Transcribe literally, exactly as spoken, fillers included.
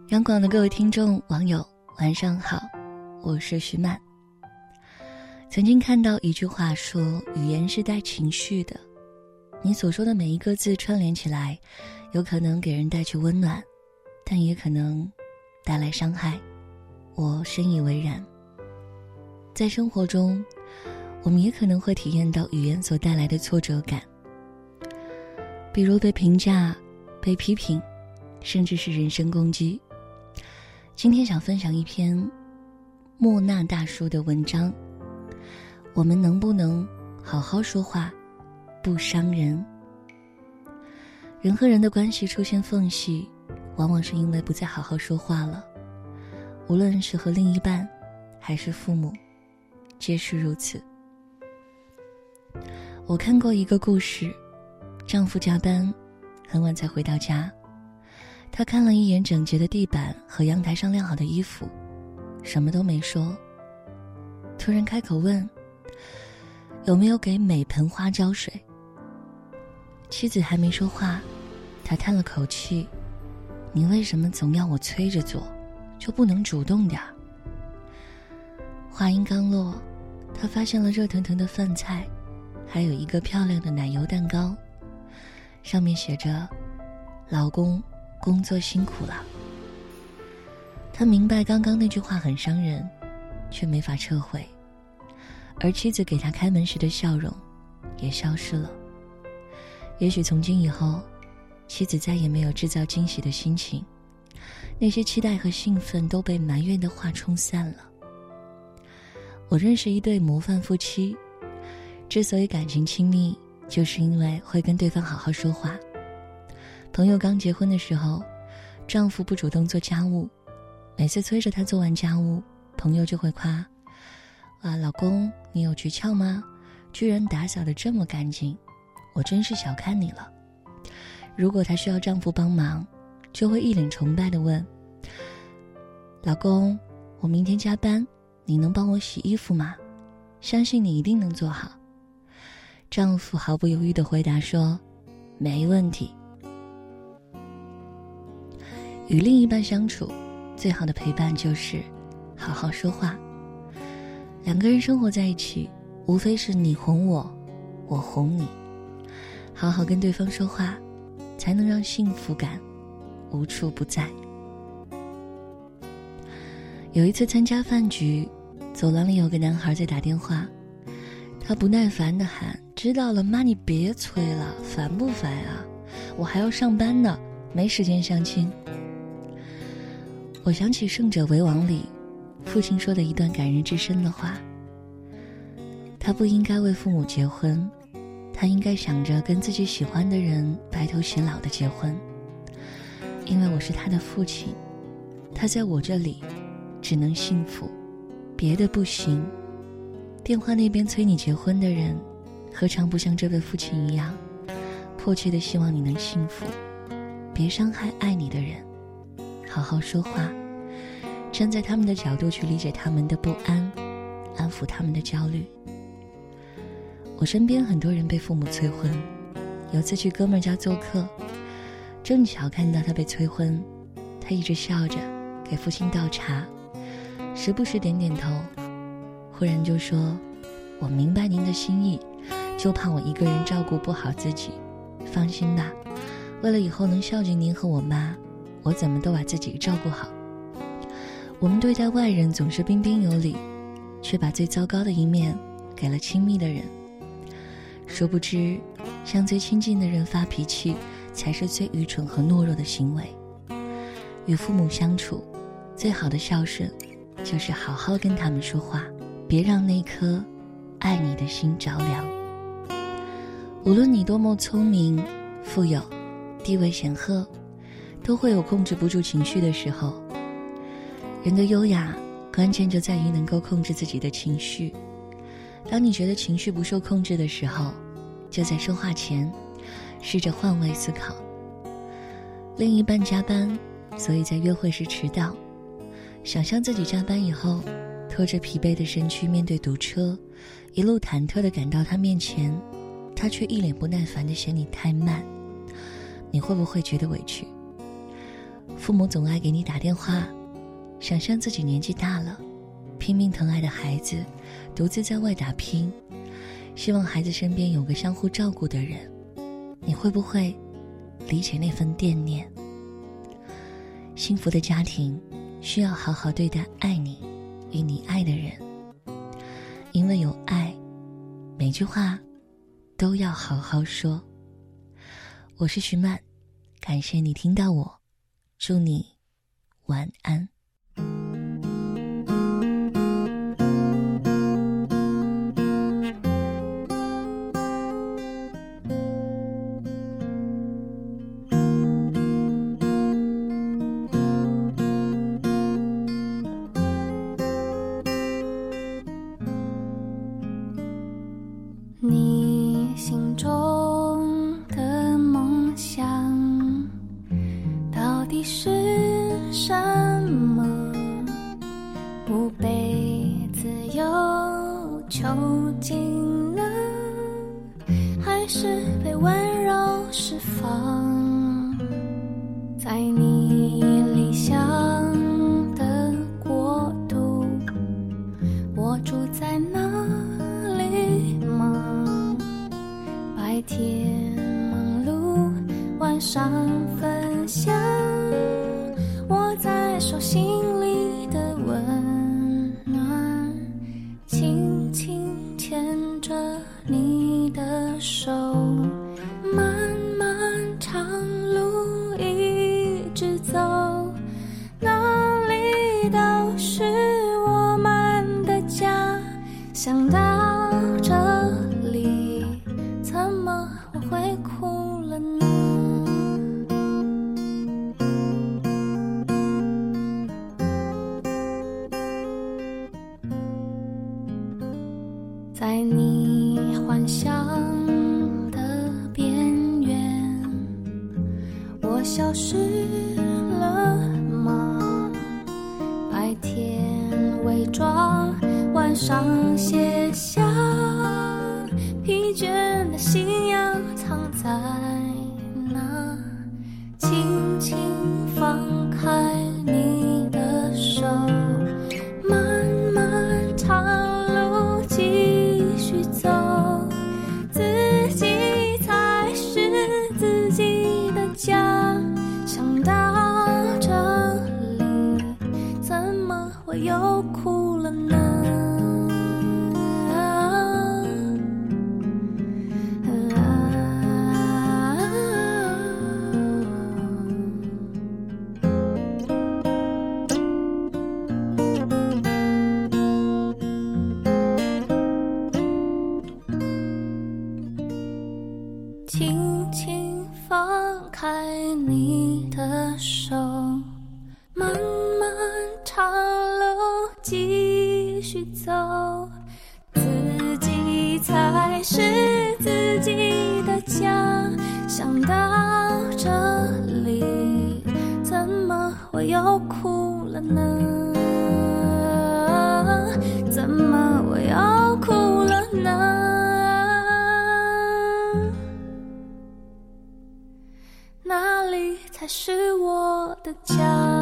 央广的各位听众网友晚上好，我是徐曼。曾经看到一句话说，语言是带情绪的，你所说的每一个字串联起来，有可能给人带去温暖，但也可能带来伤害，我深以为然。在生活中，我们也可能会体验到语言所带来的挫折感，比如被评价、被批评，甚至是人身攻击。今天想分享一篇莫那大叔的文章，我们能不能好好说话，不伤人？人和人的关系出现缝隙，往往是因为不再好好说话了，无论是和另一半还是父母，皆是如此。我看过一个故事，丈夫加班很晚才回到家，他看了一眼整洁的地板和阳台上晾好的衣服，什么都没说，突然开口问有没有给每盆花浇水。妻子还没说话，他叹了口气，你为什么总要我催着做，就不能主动点儿？话音刚落，他发现了热腾腾的饭菜，还有一个漂亮的奶油蛋糕，上面写着老公工作辛苦了。他明白刚刚那句话很伤人，却没法撤回，而妻子给他开门时的笑容也消失了。也许从今以后，妻子再也没有制造惊喜的心情，那些期待和兴奋都被埋怨的话冲散了。我认识一对模范夫妻，之所以感情亲密，就是因为会跟对方好好说话。朋友刚结婚的时候，丈夫不主动做家务，每次催着他做完家务，朋友就会夸啊，老公你有诀窍吗？居然打扫得这么干净，我真是小看你了。如果她需要丈夫帮忙，就会一脸崇拜地问，老公，我明天加班，你能帮我洗衣服吗？相信你一定能做好。丈夫毫不犹豫地回答说，没问题。与另一半相处，最好的陪伴就是好好说话。两个人生活在一起，无非是你哄我，我哄你，好好跟对方说话，才能让幸福感无处不在。有一次参加饭局，走廊里有个男孩在打电话，他不耐烦地喊，知道了妈，你别催了，烦不烦啊？我还要上班呢，没时间相亲。我想起《胜者为王》里父亲说的一段感人至深的话，他不应该为父母结婚，他应该想着跟自己喜欢的人白头偕老的结婚，因为我是他的父亲，他在我这里只能幸福，别的不行。电话那边催你结婚的人，何尝不像这位父亲一样，迫切地希望你能幸福，别伤害爱你的人，好好说话，站在他们的角度去理解他们的不安，安抚他们的焦虑。我身边很多人被父母催婚，有次去哥们儿家做客，正巧看到他被催婚，他一直笑着给父亲倒茶，时不时点点头，忽然就说，我明白您的心意，就怕我一个人照顾不好自己，放心吧，为了以后能孝敬您和我妈，我怎么都把自己照顾好。我们对待外人总是彬彬有礼，却把最糟糕的一面给了亲密的人。殊不知，向最亲近的人发脾气，才是最愚蠢和懦弱的行为。与父母相处，最好的孝顺，就是好好跟他们说话，别让那颗爱你的心着凉。无论你多么聪明、富有、地位显赫，都会有控制不住情绪的时候。人的优雅，关键就在于能够控制自己的情绪。当你觉得情绪不受控制的时候，就在说话前试着换位思考。另一半加班，所以在约会时迟到，想象自己加班以后拖着疲惫的身躯面对堵车，一路忐忑地赶到他面前，他却一脸不耐烦地嫌你太慢，你会不会觉得委屈？ 父母总爱给你打电话，想象自己年纪大了，拼命疼爱的孩子独自在外打拼，希望孩子身边有个相互照顾的人，你会不会理解那份惦念？幸福的家庭需要好好对待爱你与你爱的人，因为有爱，每句话都要好好说。我是徐曼，感谢你听到我，祝你晚安。 你心中的梦想到底是什么？不被自由囚禁呢，还是被温柔释放？在你理想的国度，我住在哪里吗？白天忙碌，晚上分享我在手心里的温暖，轻轻牵着你的手，漫漫长路一直走，哪里都是我们的家。想到这里，怎么我会哭了呢？在你幻想的边缘，我消失了吗？白天伪装，晚上卸下疲倦的心要藏在哪？轻轻放开你的手，漫漫长路继续走，自己才是自己的家。想到这里，怎么我又哭了呢？轻轻放开你的手，漫漫长路继续走，自己才是自己的家。想到这里，怎么我又哭了呢？怎么我又哭了呢？哪里才是我的家？